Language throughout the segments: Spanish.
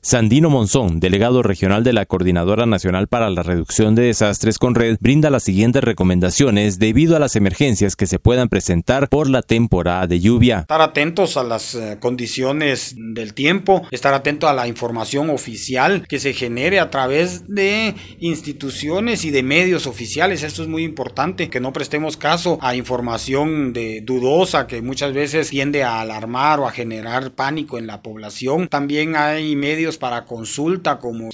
Sandino Monzón, delegado regional de la Coordinadora Nacional para la Reducción de Desastres CONRED, brinda las siguientes recomendaciones debido a las emergencias que se puedan presentar por la temporada de lluvia. Estar atentos a las condiciones del tiempo, estar atento a la información oficial que se genere a través de instituciones y de medios oficiales. Esto es muy importante, que no prestemos caso a información dudosa que muchas veces tiende a alarmar o a generar pánico en la población. También hay medios para consulta como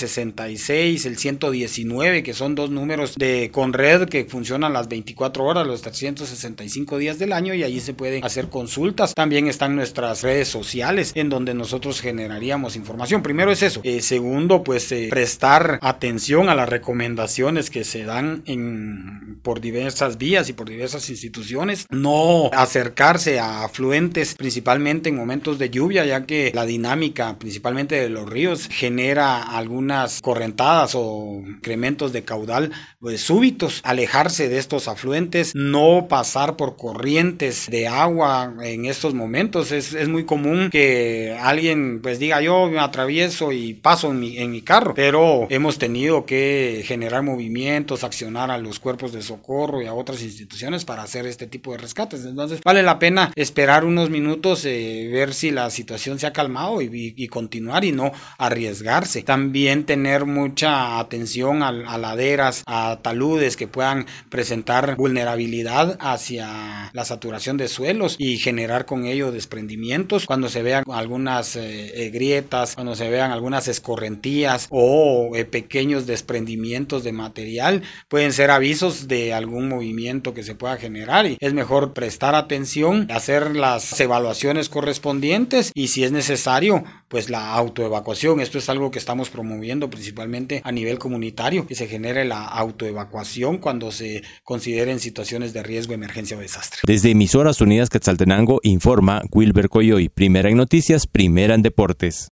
1566, el 119, que son dos números de CONRED que funcionan las 24 horas, los 365 días del año, y allí se pueden hacer consultas. También están nuestras redes sociales en donde nosotros generaríamos información. Primero es eso. Segundo, prestar atención a las recomendaciones que se dan por diversas vías y por diversas instituciones. No acercarse a afluentes, principalmente en momentos de lluvia, ya que la dinámica principalmente de los ríos genera algunas correntadas o incrementos de caudal súbitos. Alejarse de estos afluentes, no pasar por corrientes de agua en estos momentos. Es muy común que alguien diga: yo me atravieso y paso en mi carro, pero hemos tenido que generar movimientos, accionar a los cuerpos de socorro y a otras instituciones para hacer este tipo de rescates. Entonces vale la pena esperar unos minutos, ver si la situación se ha calmado y continuar y no arriesgarse. También tener mucha atención a laderas, a taludes que puedan presentar vulnerabilidad hacia la saturación de suelos y generar con ello desprendimientos. Cuando se vean algunas grietas, cuando se vean algunas escorrentías o pequeños desprendimientos de material, pueden ser avisos de algún movimiento que se pueda generar, y es mejor prestar atención, hacer las evaluaciones correspondientes y, si es necesario, la autoevacuación. Esto es algo que estamos promoviendo principalmente a nivel comunitario, que se genere la autoevacuación cuando se consideren situaciones de riesgo, emergencia o desastre. Desde Emisoras Unidas Quetzaltenango informa Wilber Coyoy, primera en noticias, primera en deportes.